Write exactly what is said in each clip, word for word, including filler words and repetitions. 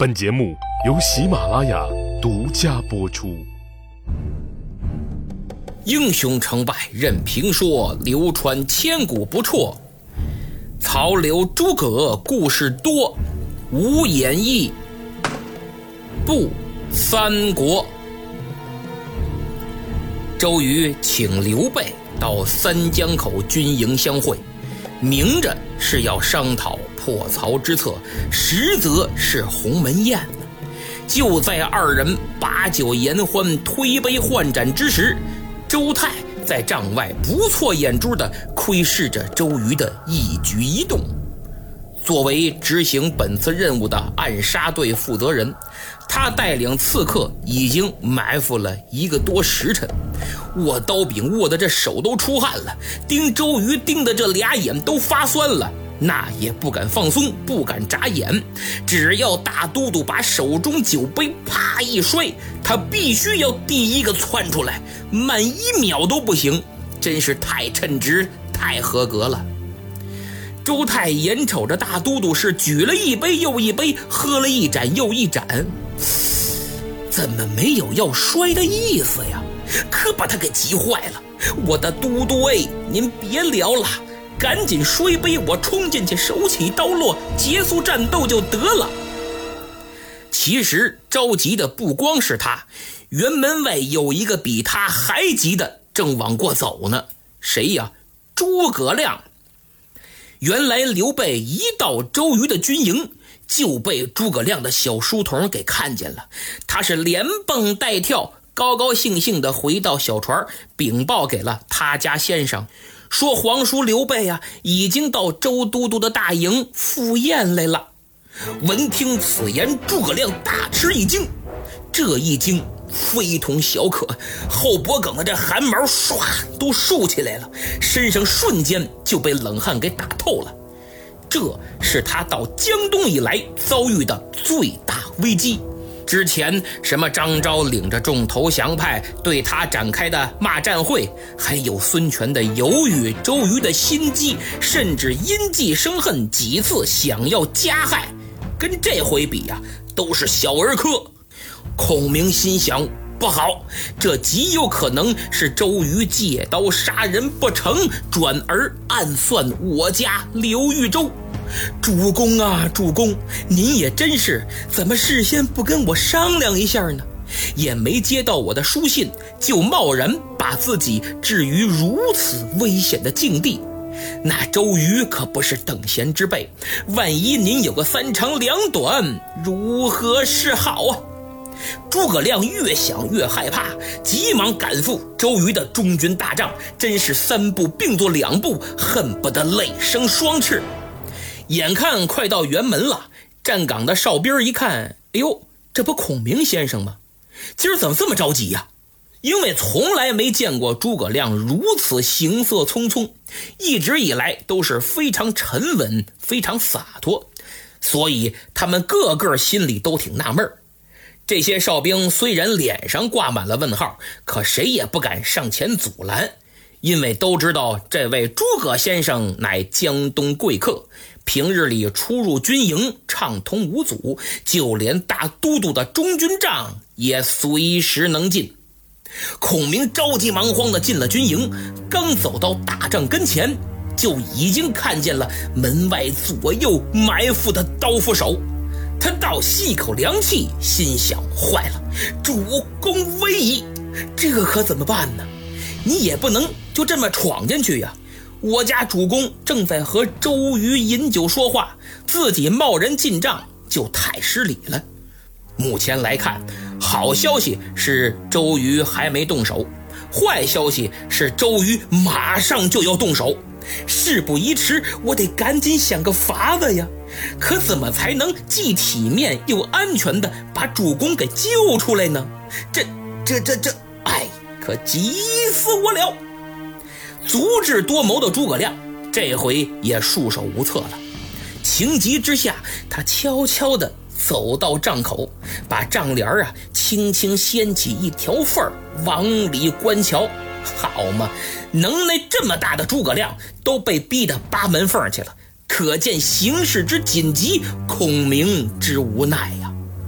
本节目由喜马拉雅独家播出。 英雄成败任评说，流传千古不辍。曹刘诸葛故事多，无演义不三国。周瑜请刘备到三江口军营相会，明着是要商讨破曹之策，实则是鸿门宴呢。就在二人把酒言欢、推杯换盏之时，周泰在帐外不错眼珠地窥视着周瑜的一举一动。作为执行本次任务的暗杀队负责人，他带领刺客已经埋伏了一个多时辰，握刀柄握得这手都出汗了，盯周瑜盯得这俩眼都发酸了，那也不敢放松，不敢眨眼，只要大都督把手中酒杯啪一摔，他必须要第一个窜出来，慢一秒都不行，真是太称职太合格了。周泰眼瞅着大都督是举了一杯又一杯，喝了一盏又一盏，怎么没有要摔的意思呀？可把他给急坏了。我的都督哎，您别聊了，赶紧摔杯，我冲进去手起刀落，结束战斗就得了。其实着急的不光是他，辕门外有一个比他还急的正往过走呢。谁呀？诸葛亮。原来刘备一到周瑜的军营，就被诸葛亮的小书童给看见了。他是连蹦带跳，高高兴兴地回到小船，禀报给了他家先生，说皇叔刘备啊，已经到周都督的大营赴宴来了。闻听此言，诸葛亮大吃一惊，这一惊非同小可，后脖梗的这汗毛唰都竖起来了，身上瞬间就被冷汗给打透了。这是他到江东以来遭遇的最大危机。之前什么张昭领着众投降派对他展开的骂战会，还有孙权的犹豫，周瑜的心机，甚至因计生恨，几次想要加害，跟这回比呀、啊，都是小儿科。孔明心想，不好，这极有可能是周瑜借刀杀人不成，转而暗算我家刘豫州。主公啊主公，您也真是，怎么事先不跟我商量一下呢？也没接到我的书信，就贸然把自己置于如此危险的境地，那周瑜可不是等闲之辈，万一您有个三长两短，如何是好啊？诸葛亮越想越害怕，急忙赶赴周瑜的中军大帐，真是三步并作两步，恨不得泪生双翅。眼看快到辕门了，站岗的哨兵一看，哎呦，这不孔明先生吗？今儿怎么这么着急呀？因为从来没见过诸葛亮如此行色匆匆，一直以来都是非常沉稳，非常洒脱，所以他们个个心里都挺纳闷儿。这些哨兵虽然脸上挂满了问号，可谁也不敢上前阻拦，因为都知道这位诸葛先生乃江东贵客，平日里出入军营畅通无阻，就连大都督的中军帐也随时能进。孔明着急忙慌地进了军营，刚走到大帐跟前，就已经看见了门外左右埋伏的刀斧手。他倒吸一口凉气，心想，坏了，主公危矣，这个可怎么办呢？你也不能就这么闯进去呀！我家主公正在和周瑜饮酒说话，自己贸然进帐就太失礼了。目前来看，好消息是周瑜还没动手，坏消息是周瑜马上就要动手。事不宜迟，我得赶紧想个法子呀！可怎么才能既体面又安全的把主公给救出来呢？这这这这，哎，可急死我了！足智多谋的诸葛亮这回也束手无策了。情急之下，他悄悄地走到帐口，把帐帘啊轻轻掀起一条缝儿，往里观瞧。好嘛，能耐这么大的诸葛亮都被逼得扒门缝去了，可见形势之紧急，孔明之无奈呀、啊。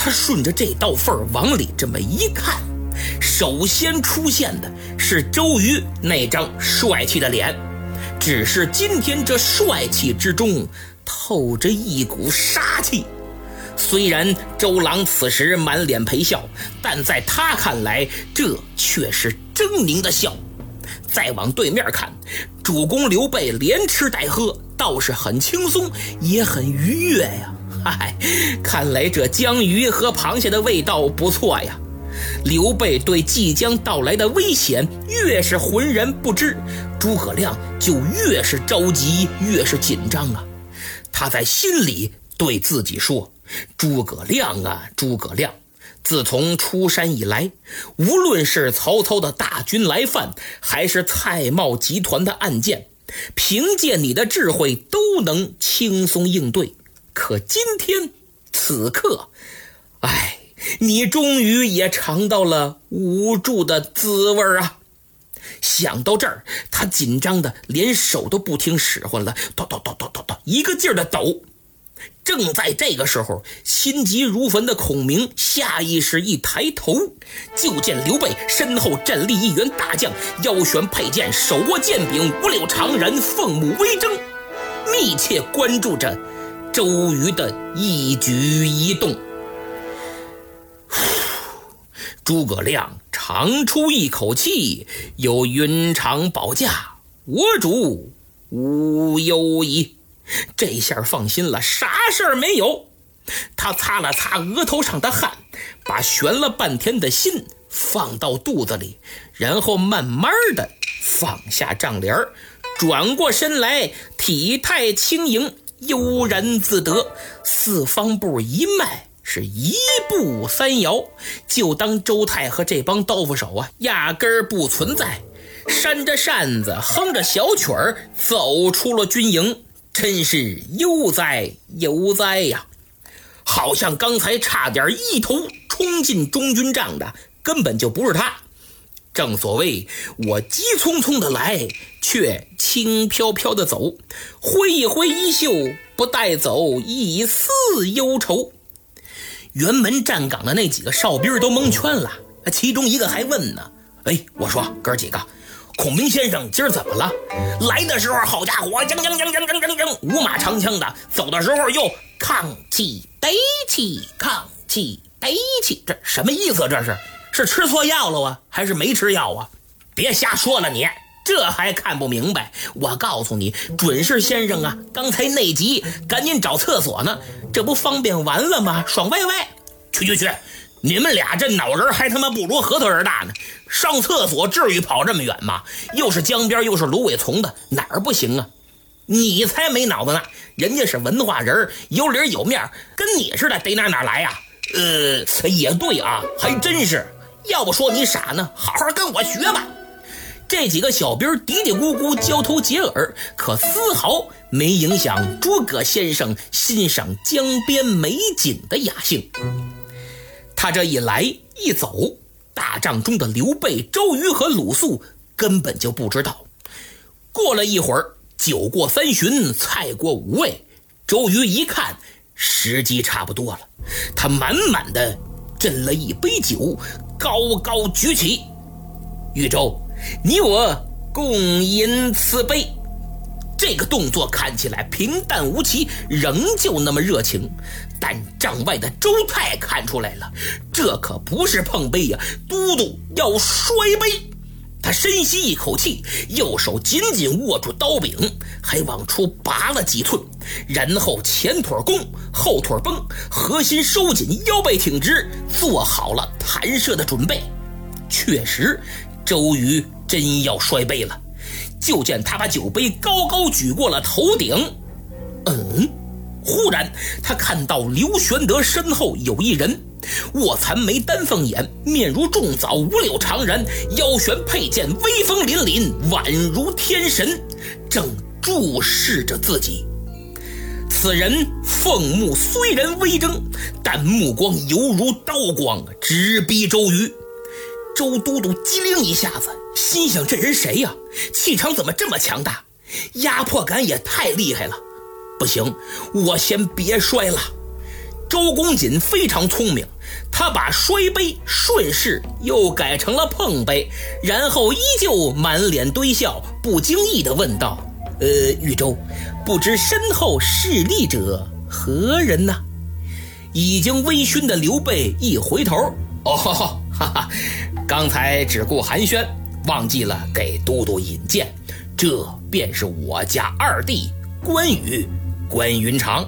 他顺着这道缝往里这么一看，首先出现的是周瑜那张帅气的脸，只是今天这帅气之中透着一股杀气。虽然周郎此时满脸陪笑，但在他看来这却是狰狞的笑。再往对面看，主公刘备连吃带喝，倒是很轻松，也很愉悦呀。嗨，看来这江鱼和螃蟹的味道不错呀。刘备对即将到来的危险越是浑然不知，诸葛亮就越是着急，越是紧张啊。他在心里对自己说，诸葛亮啊，诸葛亮，自从出山以来，无论是曹操的大军来犯，还是蔡瑁集团的案件，凭借你的智慧都能轻松应对。可今天此刻，哎，你终于也尝到了无助的滋味啊。想到这儿，他紧张的连手都不听使唤了，抖抖抖抖抖抖，一个劲儿的抖。正在这个时候，心急如焚的孔明下意识一抬头，就见刘备身后站立一员大将，腰悬佩剑，手握剑柄，五柳长髯，凤目微睁，密切关注着周瑜的一举一动。诸葛亮长出一口气，又云长保驾，我主无忧矣。这下放心了，啥事儿没有。他擦了擦额头上的汗，把悬了半天的心放到肚子里，然后慢慢的放下帐帘，转过身来，体态轻盈，悠然自得，四方步一迈，是一步三摇，就当周泰和这帮豆腐手啊压根儿不存在，扇着扇子，哼着小曲儿，走出了军营。真是悠哉悠哉呀，好像刚才差点一头冲进中军帐的根本就不是他。正所谓我急匆匆的来，却轻飘飘的走，挥一挥衣袖，不带走一丝忧愁。辕门站岗的那几个哨兵都蒙圈了，其中一个还问呢，哎，我说哥几个，孔明先生今儿怎么了？来的时候好家伙，将将将将将将将五马长枪的，走的时候又抗气得气，抗气得气，这什么意思？这是是吃错药了啊，还是没吃药啊？别瞎说了你，这还看不明白？我告诉你，准是先生啊，刚才内急，赶紧找厕所呢，这不方便完了吗？爽歪歪，去去去！你们俩这脑仁还他妈不如核桃仁大呢，上厕所至于跑这么远吗？又是江边又是芦苇丛的，哪儿不行啊？你才没脑子呢，人家是文化人，有理有面，跟你似的逮哪哪来呀、啊？呃，也对啊，还真是。要不说你傻呢，好好跟我学吧。这几个小兵嘀嘀咕咕，交头接耳，可丝毫没影响诸葛先生欣赏江边美景的雅兴。他这一来一走，大帐中的刘备、周瑜和鲁肃根本就不知道。过了一会儿，酒过三巡，菜过五味，周瑜一看时机差不多了，他满满的斟了一杯酒，高高举起，豫州，你我共饮此杯。这个动作看起来平淡无奇，仍旧那么热情，但帐外的周泰看出来了，这可不是碰杯呀、啊，都督要摔杯。他深吸一口气，右手紧紧握住刀柄，还往出拔了几寸，然后前腿弓，后腿绷，核心收紧，腰背挺直，做好了弹射的准备。确实，周瑜真要摔杯了。就见他把酒杯高高举过了头顶，嗯，忽然他看到刘玄德身后有一人，卧蚕眉，丹凤眼，面如重枣，五柳长髯，腰悬佩剑，威风凛凛，宛如天神，正注视着自己。此人凤目虽然微睁，但目光犹如刀光，直逼周瑜。周都督机灵一下子，心想这人谁呀、啊？气场怎么这么强大，压迫感也太厉害了。不行，我先别摔了。 周公瑾非常聪明，他把摔杯顺势又改成了碰杯，然后依旧满脸堆笑，不经意地问道：呃，豫州，不知身后侍立者何人呢？已经微醺的刘备一回头，哦，哈哈，刚才只顾寒暄，忘记了给都督引荐，这便是我家二弟关羽，关云长。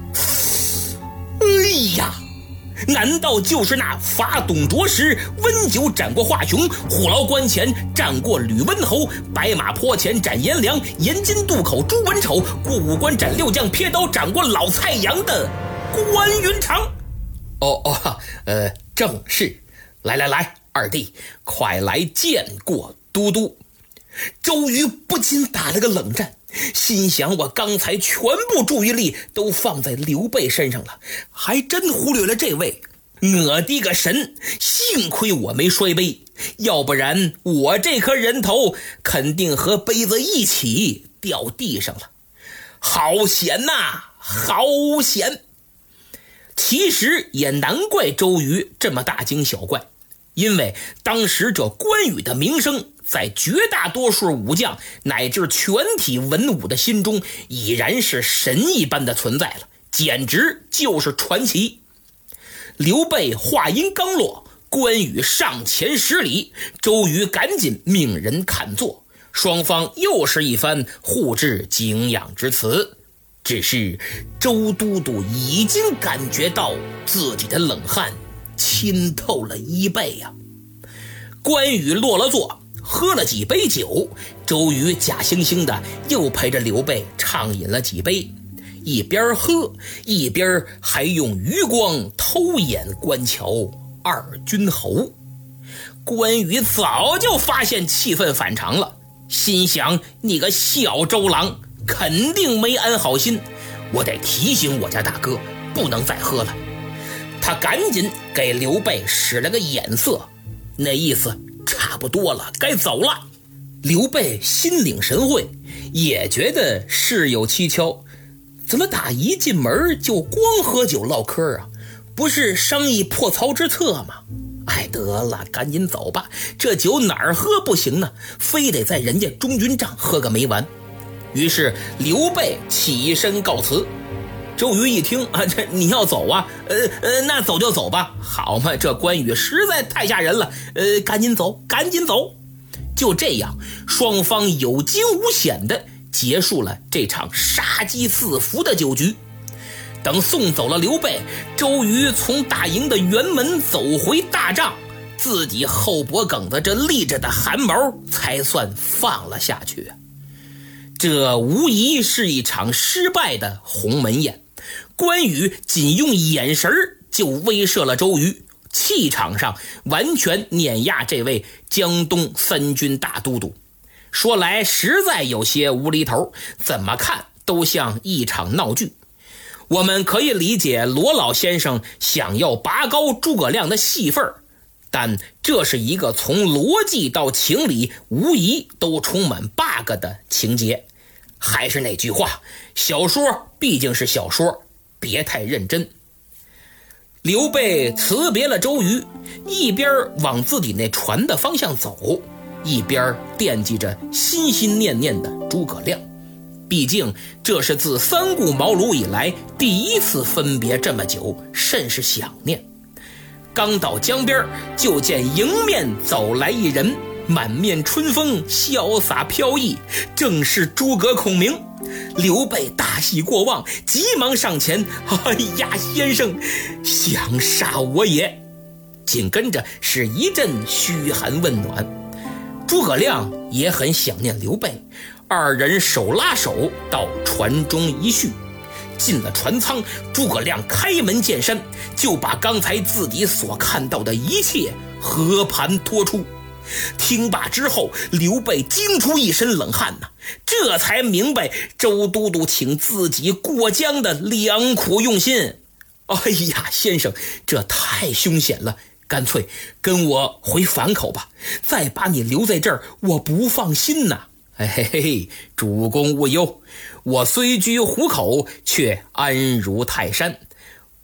哎呀，难道就是那发董卓时温酒斩过华雄，虎牢关前战过吕温侯，白马坡前斩颜良，盐津渡口诛文丑，过五关斩六将，撇刀斩过老蔡阳的关云长？哦哦，呃，正是。来来来，二弟，快来见过都督。周瑜不禁打了个冷战，心想我刚才全部注意力都放在刘备身上了，还真忽略了这位。我的个神，幸亏我没摔杯，要不然我这颗人头肯定和杯子一起掉地上了。好险呐、啊，好险！其实也难怪周瑜这么大惊小怪，因为当时这关羽的名声在绝大多数武将乃至全体文武的心中已然是神一般的存在了，简直就是传奇。刘备话音刚落，关羽上前施礼，周瑜赶紧命人看座，双方又是一番互致敬仰之词。只是周都督已经感觉到自己的冷汗浸透了衣背呀、啊。关羽落了座，喝了几杯酒，周瑜假惺惺的又陪着刘备畅饮了几杯，一边喝一边还用余光偷眼观瞧二军侯。关羽早就发现气氛反常了，心想你个小周郎肯定没安好心，我得提醒我家大哥不能再喝了。他赶紧给刘备使了个眼色，那意思差不多了，该走了。刘备心领神会，也觉得事有蹊跷，怎么打一进门就光喝酒唠嗑啊？不是商议破曹之策吗？哎，得了，赶紧走吧，这酒哪儿喝不行呢？非得在人家中军帐喝个没完。于是刘备起身告辞。周瑜一听啊，这你要走啊？呃呃，那走就走吧。好嘛，这关羽实在太吓人了，呃，赶紧走，赶紧走。就这样，双方有惊无险的结束了这场杀机四伏的酒局。等送走了刘备，周瑜从大营的辕门走回大帐，自己后脖梗子这立着的汗毛才算放了下去。这无疑是一场失败的鸿门宴，关羽仅用眼神就威慑了周瑜，气场上完全碾压这位江东三军大都督。说来实在有些无厘头，怎么看都像一场闹剧。我们可以理解罗老先生想要拔高诸葛亮的戏份，但这是一个从逻辑到情理无疑都充满 bug 的情节。还是那句话，小说毕竟是小说，别太认真。刘备辞别了周瑜，一边往自己那船的方向走，一边惦记着心心念念的诸葛亮。毕竟这是自三顾茅庐以来第一次分别这么久，甚是想念。刚到江边，就见迎面走来一人，满面春风，潇洒飘逸，正是诸葛孔明。刘备大喜过望，急忙上前，哎呀，先生想杀我也。紧跟着是一阵嘘寒问暖。诸葛亮也很想念刘备，二人手拉手到船中一叙。进了船舱，诸葛亮开门见山，就把刚才自己所看到的一切和盘托出。听罢之后，刘备惊出一身冷汗呐、啊，这才明白周都督请自己过江的良苦用心。哎呀，先生，这太凶险了，干脆跟我回樊口吧，再把你留在这儿，我不放心呐、啊。哎嘿嘿，主公勿忧，我虽居虎口，却安如泰山。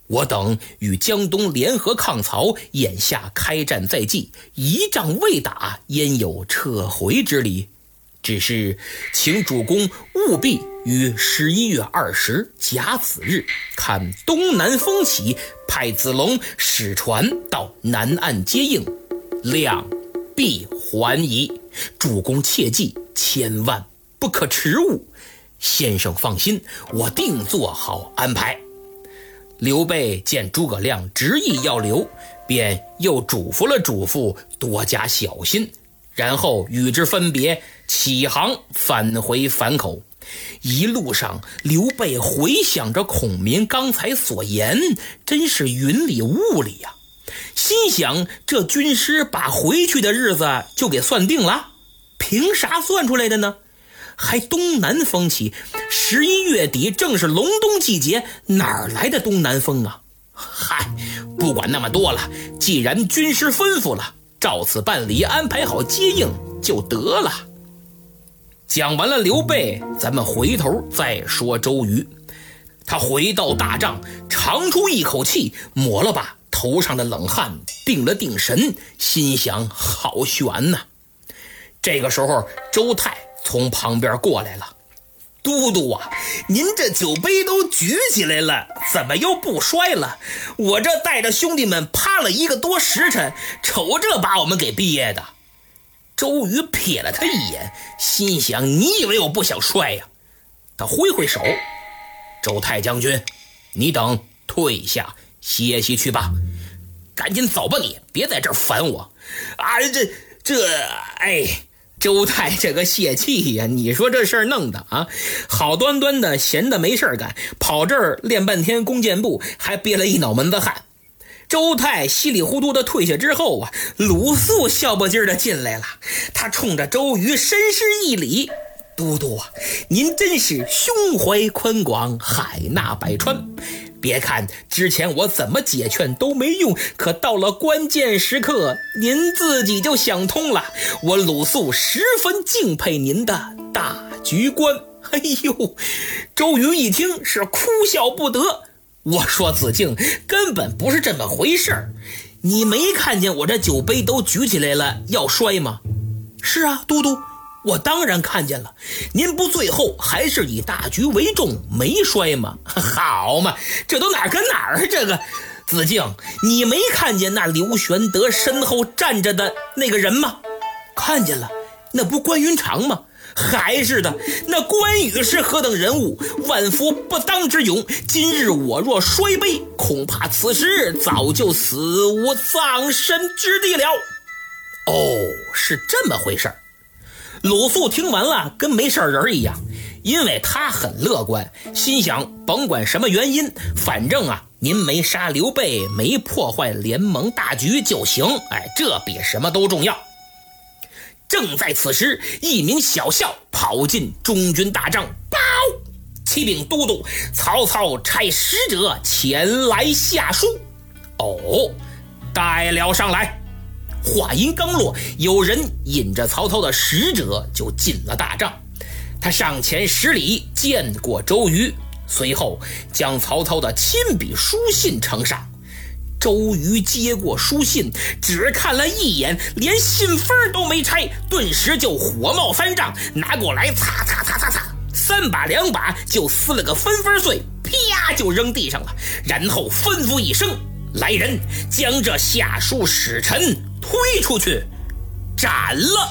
我等与江东联合抗曹，眼下开战在即，一仗未打，焉有撤回之理？只是请主公务必于十一月二十甲子日看东南风起，派子龙使船到南岸接应，量必还矣。主公切记，千万不可迟误。先生放心，我定做好安排。刘备见诸葛亮执意要留，便又嘱咐了嘱咐，多加小心，然后与之分别，起航返回樊口。一路上，刘备回想着孔明刚才所言，真是云里雾里呀、啊，心想这军师把回去的日子就给算定了，凭啥算出来的呢？还东南风起，十一月底正是隆冬季节，哪来的东南风啊？嗨，不管那么多了，既然军师吩咐了，照此办理，安排好接应就得了。讲完了刘备，咱们回头再说周瑜。他回到大帐，长出一口气，抹了把头上的冷汗，定了定神，心想好悬呐。这个时候，周泰从旁边过来了。都督啊，您这酒杯都举起来了，怎么又不摔了？我这带着兄弟们趴了一个多时辰，瞅这把我们给憋的。周瑜瞥了他一眼，心想你以为我不想摔呀？他挥挥手，周太将军，你等退下歇息去吧，赶紧走吧你，别在这儿烦我啊！这这哎周泰这个泄气呀，你说这事儿弄的啊，好端端的闲的没事干，跑这儿练半天弓箭步，还憋了一脑门子汗。周泰稀里糊涂的退下之后啊，鲁肃笑不劲儿的进来了，他冲着周瑜深施一礼：都督啊，您真是胸怀宽广，海纳百川。别看之前我怎么解劝都没用，可到了关键时刻，您自己就想通了。我鲁肃十分敬佩您的大局观。哎呦，周瑜一听是哭笑不得。我说子敬，根本不是这么回事儿，你没看见我这酒杯都举起来了要摔吗？是啊，都督，我当然看见了，您不最后还是以大局为重没摔吗？好嘛，这都哪儿跟哪儿啊？这个子敬，你没看见那刘玄德身后站着的那个人吗？看见了，那不关云长吗？还是的，那关羽是何等人物，万夫不当之勇，今日我若摔杯，恐怕此时早就死无葬身之地了。哦，是这么回事儿。鲁肃听完了跟没事人一样，因为他很乐观，心想甭管什么原因，反正啊您没杀刘备，没破坏联盟大局就行，哎，这比什么都重要。正在此时，一名小校跑进中军大帐，报启禀都督，曹操差使者前来下书。哦，带了上来。话音刚落，有人引着曹操的使者就进了大帐。他上前施礼，见过周瑜，随后将曹操的亲笔书信呈上。周瑜接过书信，只看了一眼，连信封都没拆，顿时就火冒三丈，拿过来擦擦擦擦擦，三把两把就撕了个分分碎，啪就扔地上了，然后吩咐一声：来人，将这下书使臣推出去斩了。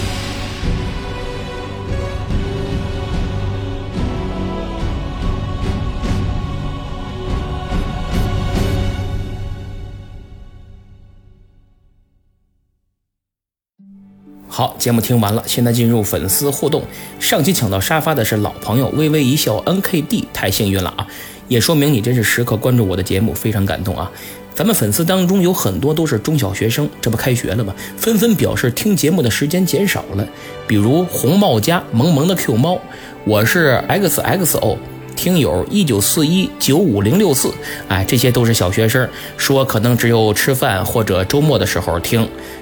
好，节目听完了，现在进入粉丝互动。上期抢到沙发的是老朋友微微一笑 N K D， 太幸运了啊！也说明你真是时刻关注我的节目，非常感动啊！咱们粉丝当中有很多都是中小学生，这不开学了吗？纷纷表示听节目的时间减少了，比如红帽家、萌萌的 Q 猫，我是 X X O。听友一九四一九五零六四，哎，这些都是小学生，说可能只有吃饭或者周末的时候听。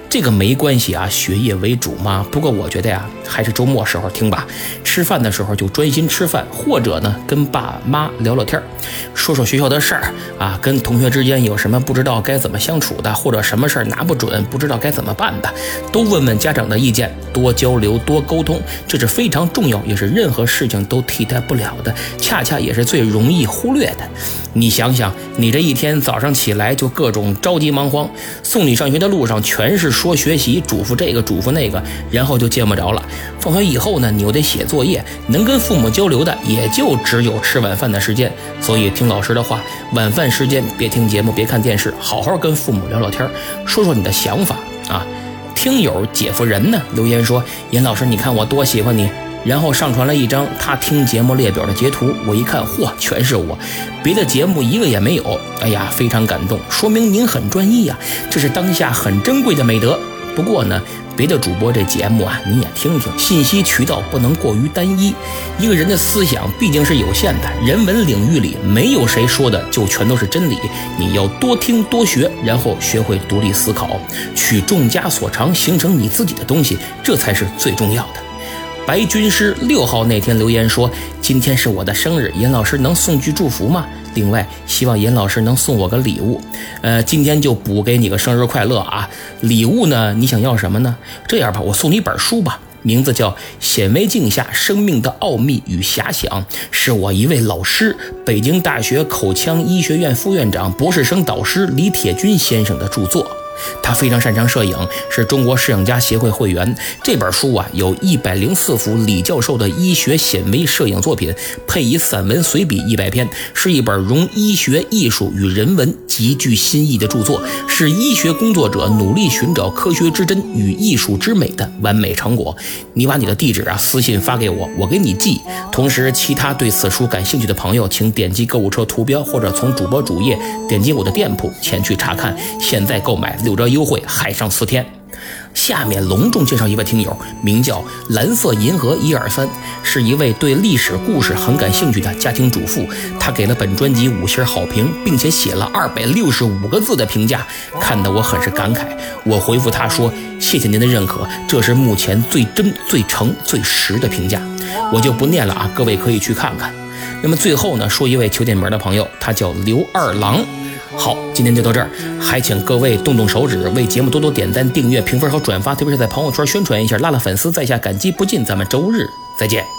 这个没关系啊，学业为主嘛。不过我觉得呀，还是周末时候听吧。吃饭的时候就专心吃饭，或者呢跟爸妈聊聊天，说说学校的事儿啊，跟同学之间有什么不知道该怎么相处的，或者什么事儿拿不准不知道该怎么办的，都问问家长的意见，多交流多沟通，这是非常重要，也是任何事情都替代不了的，恰恰也是最容易忽略的。你想想，你这一天早上起来就各种着急忙慌，送你上学的路上全是说学习，嘱咐这个嘱咐那个，然后就见不着了。放学以后呢，你又得写作业，能跟父母交流的也就只有吃晚饭的时间。所以听老师的话，晚饭时间别听节目，别看电视，好好跟父母聊聊天，说说你的想法啊。听友姐夫人呢留言说，严老师你看我多喜欢你，然后上传了一张他听节目列表的截图，我一看，嚯，全是我，别的节目一个也没有。哎呀，非常感动，说明您很专一啊，这是当下很珍贵的美德。不过呢，别的主播这节目啊，你也听听，信息渠道不能过于单一，一个人的思想毕竟是有限的，人文领域里没有谁说的就全都是真理，你要多听多学，然后学会独立思考，取众家所长，形成你自己的东西，这才是最重要的。白军师六号那天留言说，今天是我的生日，严老师能送句祝福吗？另外希望严老师能送我个礼物，呃，今天就补给你个生日快乐啊！礼物呢，你想要什么呢？这样吧，我送你一本书吧，名字叫《显微镜下生命的奥秘与遐想》，是我一位老师，北京大学口腔医学院副院长、博士生导师李铁军先生的著作。他非常擅长摄影，是中国摄影家协会会员。这本书啊，有一百零四幅李教授的医学显微摄影作品，配以散文随笔一百篇，是一本融医学、艺术与人文极具新意的著作，是医学工作者努力寻找科学之真与艺术之美的完美成果。你把你的地址啊私信发给我，我给你寄。同时，其他对此书感兴趣的朋友，请点击购物车图标，或者从主播主页点击我的店铺前去查看。现在购买六折优惠，还上四天。下面隆重介绍一位听友，名叫蓝色银河一二三，是一位对历史故事很感兴趣的家庭主妇。他给了本专辑五星好评，并且写了二百六十五个字的评价，看得我很是感慨。我回复他说，谢谢您的认可，这是目前最真最诚最实的评价。我就不念了啊，各位可以去看看。那么最后呢，说一位求点名的朋友，他叫刘二郎。好，今天就到这儿，还请各位动动手指，为节目多多点赞、订阅、评分和转发，特别是在朋友圈宣传一下，拉拉粉丝，在下感激不尽。咱们周日再见。